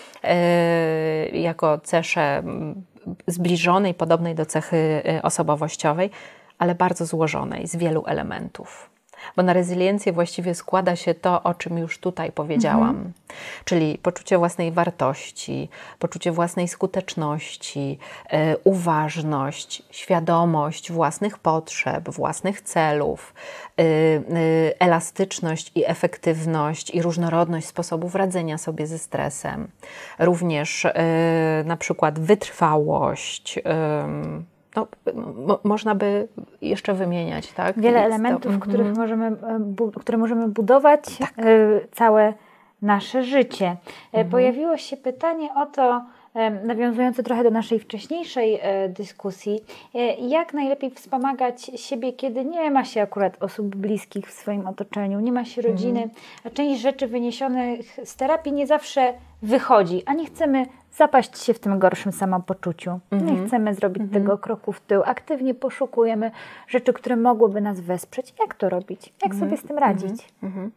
[SPEAKER 2] jako cesze zbliżonej, podobnej do cechy osobowościowej, ale bardzo złożonej z wielu elementów. Bo na rezyliencję właściwie składa się to, o czym już tutaj powiedziałam, czyli poczucie własnej wartości, poczucie własnej skuteczności, uważność, świadomość własnych potrzeb, własnych celów, elastyczność i efektywność i różnorodność sposobów radzenia sobie ze stresem, również na przykład wytrwałość. No, można by jeszcze wymieniać, tak?
[SPEAKER 1] Wiele elementów, które możemy budować całe nasze życie. Pojawiło się pytanie o to, nawiązujące trochę do naszej wcześniejszej dyskusji, jak najlepiej wspomagać siebie, kiedy nie ma się akurat osób bliskich w swoim otoczeniu, nie ma się rodziny, a część rzeczy wyniesionych z terapii nie zawsze wychodzi, a nie chcemy zapaść się w tym gorszym samopoczuciu. Nie chcemy zrobić tego kroku w tył. Aktywnie poszukujemy rzeczy, które mogłyby nas wesprzeć. Jak to robić? Jak sobie z tym radzić?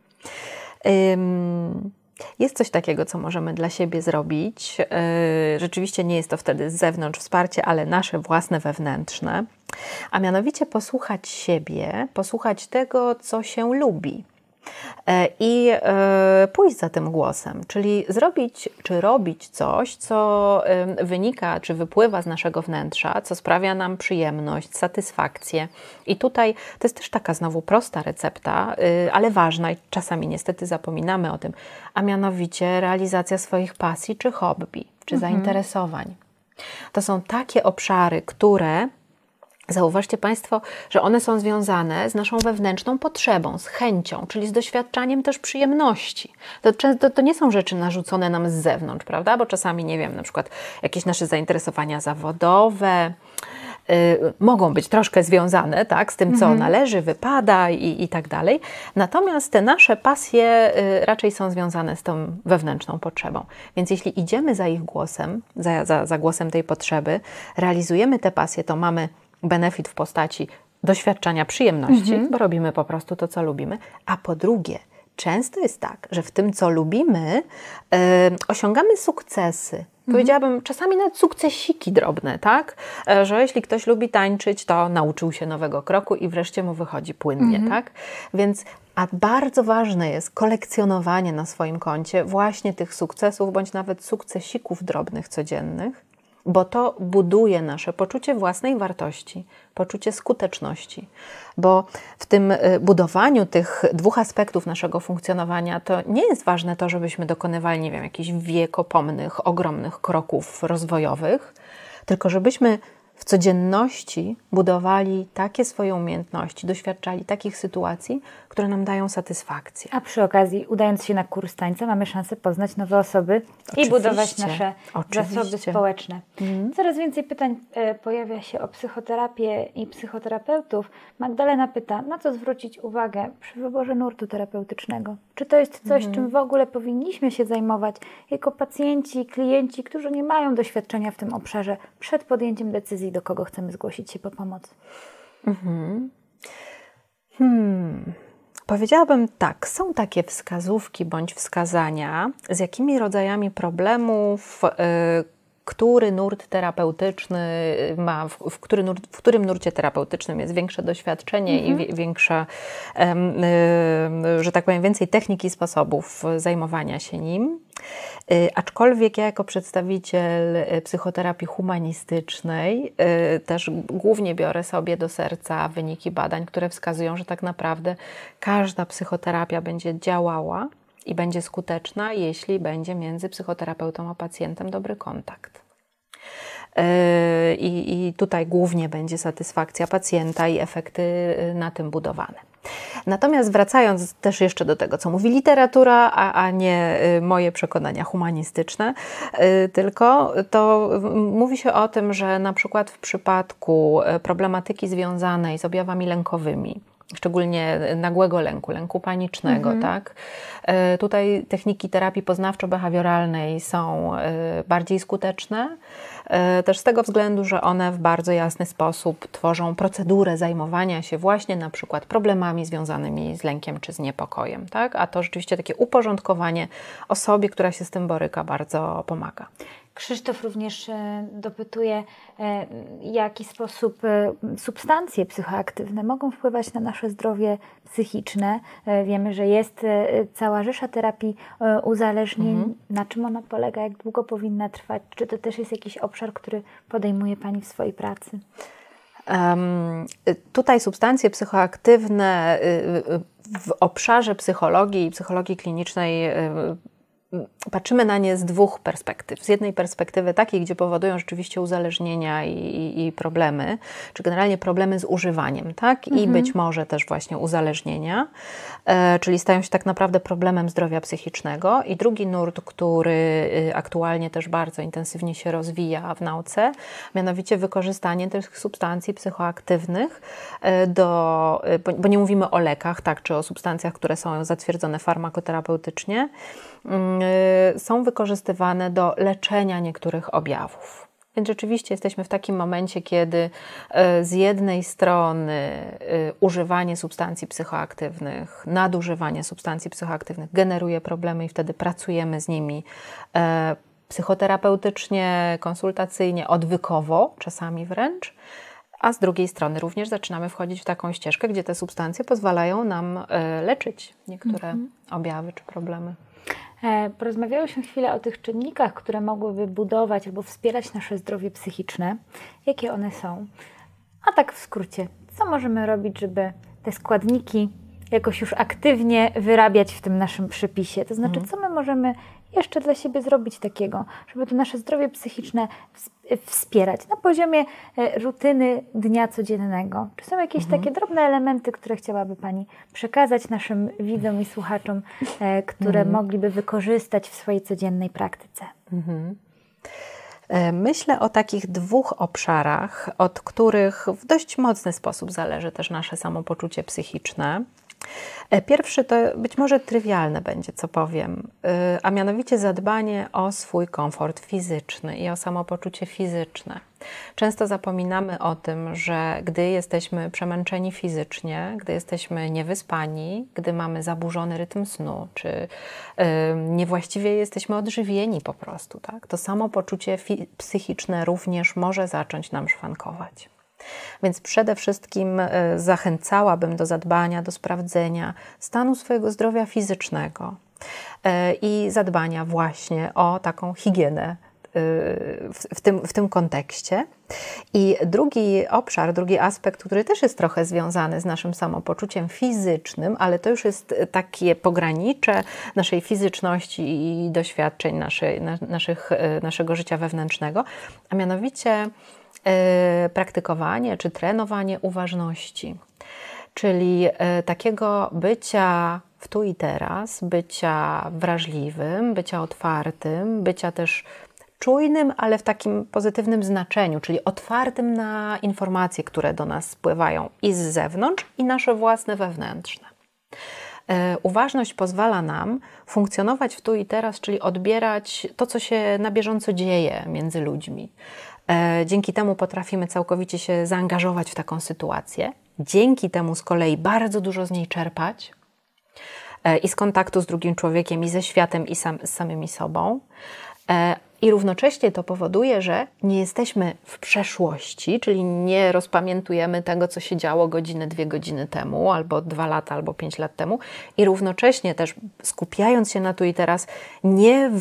[SPEAKER 2] Jest coś takiego, co możemy dla siebie zrobić. Rzeczywiście nie jest to wtedy z zewnątrz wsparcie, ale nasze własne, wewnętrzne. A mianowicie posłuchać siebie, posłuchać tego, co się lubi. I pójść za tym głosem, czyli zrobić czy robić coś, co wynika czy wypływa z naszego wnętrza, co sprawia nam przyjemność, satysfakcję. I tutaj to jest też taka znowu prosta recepta, ale ważna i czasami niestety zapominamy o tym, a mianowicie realizacja swoich pasji czy hobby, czy zainteresowań. To są takie obszary, które... Zauważcie Państwo, że one są związane z naszą wewnętrzną potrzebą, z chęcią, czyli z doświadczaniem też przyjemności. To nie są rzeczy narzucone nam z zewnątrz, prawda? Bo czasami, nie wiem, na przykład jakieś nasze zainteresowania zawodowe mogą być troszkę związane, tak, z tym, co należy, wypada i tak dalej. Natomiast te nasze pasje raczej są związane z tą wewnętrzną potrzebą. Więc jeśli idziemy za ich głosem, za głosem tej potrzeby, realizujemy te pasje, to mamy benefit w postaci doświadczania przyjemności, bo robimy po prostu to, co lubimy. A po drugie, często jest tak, że w tym, co lubimy, osiągamy sukcesy. Powiedziałabym, czasami nawet sukcesiki drobne, tak? Że jeśli ktoś lubi tańczyć, to nauczył się nowego kroku i wreszcie mu wychodzi płynnie, tak? Więc bardzo ważne jest kolekcjonowanie na swoim koncie właśnie tych sukcesów, bądź nawet sukcesików drobnych, codziennych, bo to buduje nasze poczucie własnej wartości, poczucie skuteczności. Bo w tym budowaniu tych dwóch aspektów naszego funkcjonowania to nie jest ważne to, żebyśmy dokonywali, nie wiem, jakichś wiekopomnych, ogromnych kroków rozwojowych, tylko żebyśmy w codzienności budowali takie swoje umiejętności, doświadczali takich sytuacji, które nam dają satysfakcję.
[SPEAKER 1] A przy okazji, udając się na kurs tańca, mamy szansę poznać nowe osoby i budować nasze zasoby społeczne. Coraz więcej pytań pojawia się o psychoterapię i psychoterapeutów. Magdalena pyta, na co zwrócić uwagę przy wyborze nurtu terapeutycznego? Czy to jest coś, czym w ogóle powinniśmy się zajmować jako pacjenci, klienci, którzy nie mają doświadczenia w tym obszarze przed podjęciem decyzji, do kogo chcemy zgłosić się po pomoc?
[SPEAKER 2] Powiedziałabym tak, są takie wskazówki bądź wskazania, z jakimi rodzajami problemów, który nurt terapeutyczny ma, w którym nurcie terapeutycznym jest większe doświadczenie i większa, że tak powiem, więcej technik i sposobów zajmowania się nim. Aczkolwiek ja jako przedstawiciel psychoterapii humanistycznej też głównie biorę sobie do serca wyniki badań, które wskazują, że tak naprawdę każda psychoterapia będzie działała i będzie skuteczna, jeśli będzie między psychoterapeutą a pacjentem dobry kontakt. I tutaj głównie będzie satysfakcja pacjenta i efekty na tym budowane. Natomiast wracając też jeszcze do tego, co mówi literatura, a nie moje przekonania humanistyczne, tylko to mówi się o tym, że na przykład w przypadku problematyki związanej z objawami lękowymi, szczególnie nagłego lęku, lęku panicznego, tak? Tutaj techniki terapii poznawczo-behawioralnej są bardziej skuteczne, też z tego względu, że one w bardzo jasny sposób tworzą procedurę zajmowania się właśnie na przykład problemami związanymi z lękiem czy z niepokojem, tak? A to rzeczywiście takie uporządkowanie osobie, która się z tym boryka, bardzo pomaga.
[SPEAKER 1] Krzysztof również dopytuje, w jaki sposób substancje psychoaktywne mogą wpływać na nasze zdrowie psychiczne. Wiemy, że jest cała rzesza terapii uzależnień. Na czym ona polega? Jak długo powinna trwać? Czy to też jest jakiś obszar, który podejmuje Pani w swojej pracy?
[SPEAKER 2] Tutaj substancje psychoaktywne w obszarze psychologii i psychologii klinicznej patrzymy na nie z dwóch perspektyw. Z jednej perspektywy takiej, gdzie powodują rzeczywiście uzależnienia i problemy, czy generalnie problemy z używaniem, tak? I być może też właśnie uzależnienia, czyli stają się tak naprawdę problemem zdrowia psychicznego. I drugi nurt, który aktualnie też bardzo intensywnie się rozwija w nauce, mianowicie wykorzystanie tych substancji psychoaktywnych bo nie mówimy o lekach, tak, czy o substancjach, które są zatwierdzone farmakoterapeutycznie, są wykorzystywane do leczenia niektórych objawów. Więc rzeczywiście jesteśmy w takim momencie, kiedy z jednej strony używanie substancji psychoaktywnych, nadużywanie substancji psychoaktywnych generuje problemy i wtedy pracujemy z nimi psychoterapeutycznie, konsultacyjnie, odwykowo, czasami wręcz, a z drugiej strony również zaczynamy wchodzić w taką ścieżkę, gdzie te substancje pozwalają nam leczyć niektóre objawy czy problemy.
[SPEAKER 1] Porozmawiałyśmy chwilę o tych czynnikach, które mogłyby budować albo wspierać nasze zdrowie psychiczne. Jakie one są? A tak w skrócie, co możemy robić, żeby te składniki jakoś już aktywnie wyrabiać w tym naszym przepisie? To znaczy, co my możemy jeszcze dla siebie zrobić takiego, żeby to nasze zdrowie psychiczne wspierać na poziomie rutyny dnia codziennego? Czy są jakieś takie drobne elementy, które chciałaby Pani przekazać naszym widzom i słuchaczom, które mogliby wykorzystać w swojej codziennej praktyce?
[SPEAKER 2] Myślę o takich dwóch obszarach, od których w dość mocny sposób zależy też nasze samopoczucie psychiczne. Pierwszy to być może trywialne będzie, co powiem, a mianowicie zadbanie o swój komfort fizyczny i o samopoczucie fizyczne. Często zapominamy o tym, że gdy jesteśmy przemęczeni fizycznie, gdy jesteśmy niewyspani, gdy mamy zaburzony rytm snu, czy niewłaściwie jesteśmy odżywieni po prostu, tak, to samopoczucie psychiczne również może zacząć nam szwankować. Więc przede wszystkim zachęcałabym do zadbania, do sprawdzenia stanu swojego zdrowia fizycznego i zadbania właśnie o taką higienę w tym kontekście. I drugi obszar, drugi aspekt, który też jest trochę związany z naszym samopoczuciem fizycznym, ale to już jest takie pogranicze naszej fizyczności i doświadczeń naszego życia wewnętrznego, a mianowicie praktykowanie czy trenowanie uważności, czyli takiego bycia w tu i teraz, bycia wrażliwym, bycia otwartym, bycia też czujnym, ale w takim pozytywnym znaczeniu, czyli otwartym na informacje, które do nas spływają i z zewnątrz, i nasze własne wewnętrzne. Uważność pozwala nam funkcjonować w tu i teraz, czyli odbierać to, co się na bieżąco dzieje między ludźmi. Dzięki temu potrafimy całkowicie się zaangażować w taką sytuację. Dzięki temu z kolei bardzo dużo z niej czerpać i z kontaktu z drugim człowiekiem, i ze światem, i z samymi sobą. I równocześnie to powoduje, że nie jesteśmy w przeszłości, czyli nie rozpamiętujemy tego, co się działo godzinę, 2 godziny temu, albo 2 lata, albo 5 lat temu. I równocześnie też skupiając się na tu i teraz, nie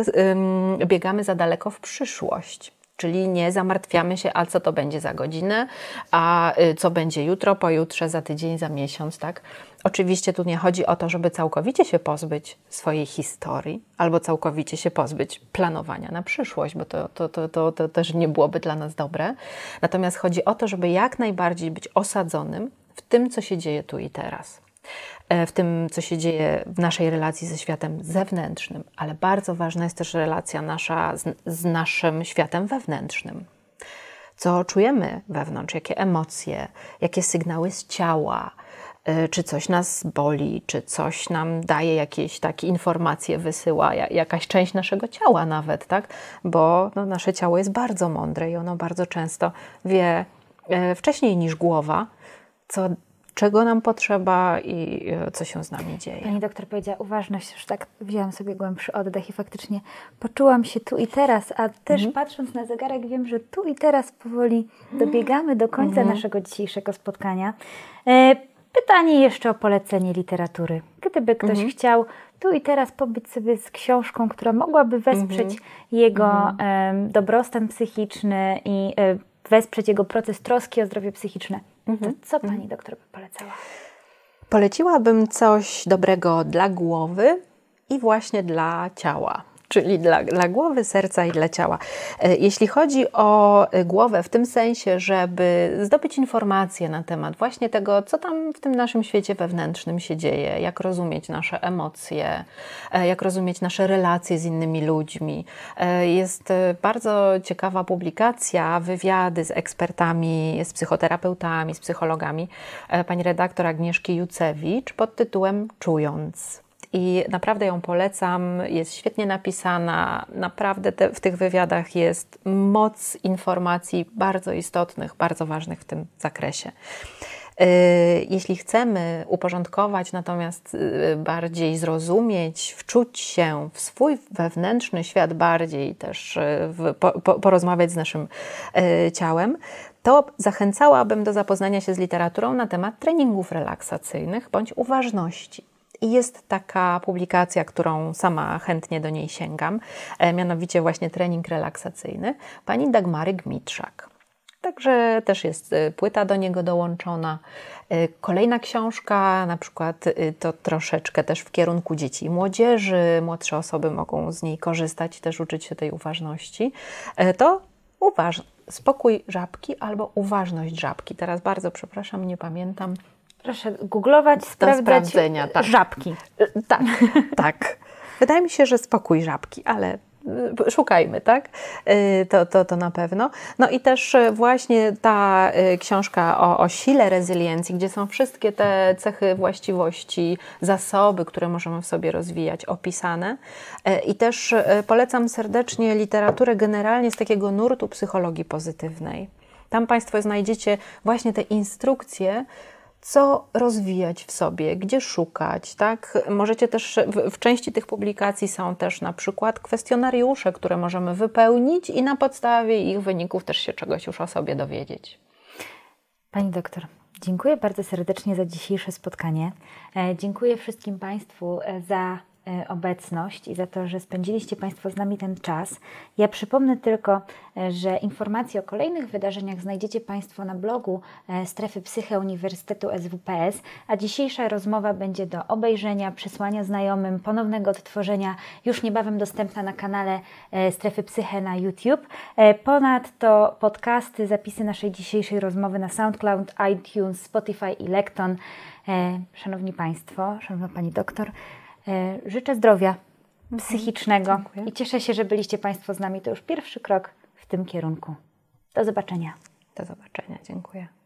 [SPEAKER 2] biegamy za daleko w przyszłość. Czyli nie zamartwiamy się, a co to będzie za godzinę, a co będzie jutro, pojutrze, za tydzień, za miesiąc, tak? Oczywiście tu nie chodzi o to, żeby całkowicie się pozbyć swojej historii albo całkowicie się pozbyć planowania na przyszłość, bo to też nie byłoby dla nas dobre. Natomiast chodzi o to, żeby jak najbardziej być osadzonym w tym, co się dzieje tu i teraz. W tym, co się dzieje w naszej relacji ze światem zewnętrznym, ale bardzo ważna jest też relacja nasza z naszym światem wewnętrznym. Co czujemy wewnątrz, jakie emocje, jakie sygnały z ciała, czy coś nas boli, czy coś nam daje jakieś takie informacje, wysyła jakaś część naszego ciała nawet, tak? Bo nasze ciało jest bardzo mądre i ono bardzo często wie wcześniej niż głowa, czego nam potrzeba i co się z nami dzieje.
[SPEAKER 1] Pani doktor powiedziała uważność, już tak wzięłam sobie głębszy oddech i faktycznie poczułam się tu i teraz, a też patrząc na zegarek wiem, że tu i teraz powoli dobiegamy do końca naszego dzisiejszego spotkania. Pytanie jeszcze o polecenie literatury. Gdyby ktoś chciał tu i teraz pobyć sobie z książką, która mogłaby wesprzeć jego dobrostan psychiczny i wesprzeć jego proces troski o zdrowie psychiczne, to co Pani doktor by polecała?
[SPEAKER 2] Poleciłabym coś dobrego dla głowy i właśnie dla ciała. Czyli dla głowy, serca i dla ciała. Jeśli chodzi o głowę w tym sensie, żeby zdobyć informacje na temat właśnie tego, co tam w tym naszym świecie wewnętrznym się dzieje, jak rozumieć nasze emocje, jak rozumieć nasze relacje z innymi ludźmi. Jest bardzo ciekawa publikacja, wywiady z ekspertami, z psychoterapeutami, z psychologami pani redaktor Agnieszki Jucewicz pod tytułem Czując. I naprawdę ją polecam, jest świetnie napisana, naprawdę w tych wywiadach jest moc informacji bardzo istotnych, bardzo ważnych w tym zakresie. Jeśli chcemy uporządkować, natomiast bardziej zrozumieć, wczuć się w swój wewnętrzny świat bardziej, też porozmawiać z naszym ciałem, to zachęcałabym do zapoznania się z literaturą na temat treningów relaksacyjnych bądź uważności. I jest taka publikacja, którą sama chętnie do niej sięgam, mianowicie właśnie trening relaksacyjny pani Dagmary Gmitrzak. Także też jest płyta do niego dołączona. Kolejna książka, na przykład to troszeczkę też w kierunku dzieci i młodzieży, młodsze osoby mogą z niej korzystać i też uczyć się tej uważności, to Spokój żabki albo Uważność żabki. Teraz bardzo przepraszam, nie pamiętam.
[SPEAKER 1] Proszę googlować, sprawdzać
[SPEAKER 2] tak.
[SPEAKER 1] Żabki.
[SPEAKER 2] Tak. Wydaje mi się, że Spokój żabki, ale szukajmy, tak? To na pewno. No i też właśnie ta książka o sile rezyliencji, gdzie są wszystkie te cechy, właściwości, zasoby, które możemy w sobie rozwijać, opisane. I też polecam serdecznie literaturę generalnie z takiego nurtu psychologii pozytywnej. Tam Państwo znajdziecie właśnie te instrukcje, co rozwijać w sobie, gdzie szukać, tak? Możecie też, w części tych publikacji są też na przykład kwestionariusze, które możemy wypełnić i na podstawie ich wyników też się czegoś już o sobie dowiedzieć.
[SPEAKER 1] Pani doktor, dziękuję bardzo serdecznie za dzisiejsze spotkanie. Dziękuję wszystkim Państwu za obecność i za to, że spędziliście Państwo z nami ten czas. Ja przypomnę tylko, że informacje o kolejnych wydarzeniach znajdziecie Państwo na blogu Strefy Psyche Uniwersytetu SWPS, a dzisiejsza rozmowa będzie do obejrzenia, przesłania znajomym, ponownego odtworzenia już niebawem dostępna na kanale Strefy Psyche na YouTube. Ponadto podcasty, zapisy naszej dzisiejszej rozmowy na SoundCloud, iTunes, Spotify i Lekton. Szanowni Państwo, szanowna Pani doktor, życzę zdrowia psychicznego.
[SPEAKER 2] Dziękuję.
[SPEAKER 1] I cieszę się, że byliście Państwo z nami. To już pierwszy krok w tym kierunku. Do zobaczenia.
[SPEAKER 2] Do zobaczenia. Dziękuję.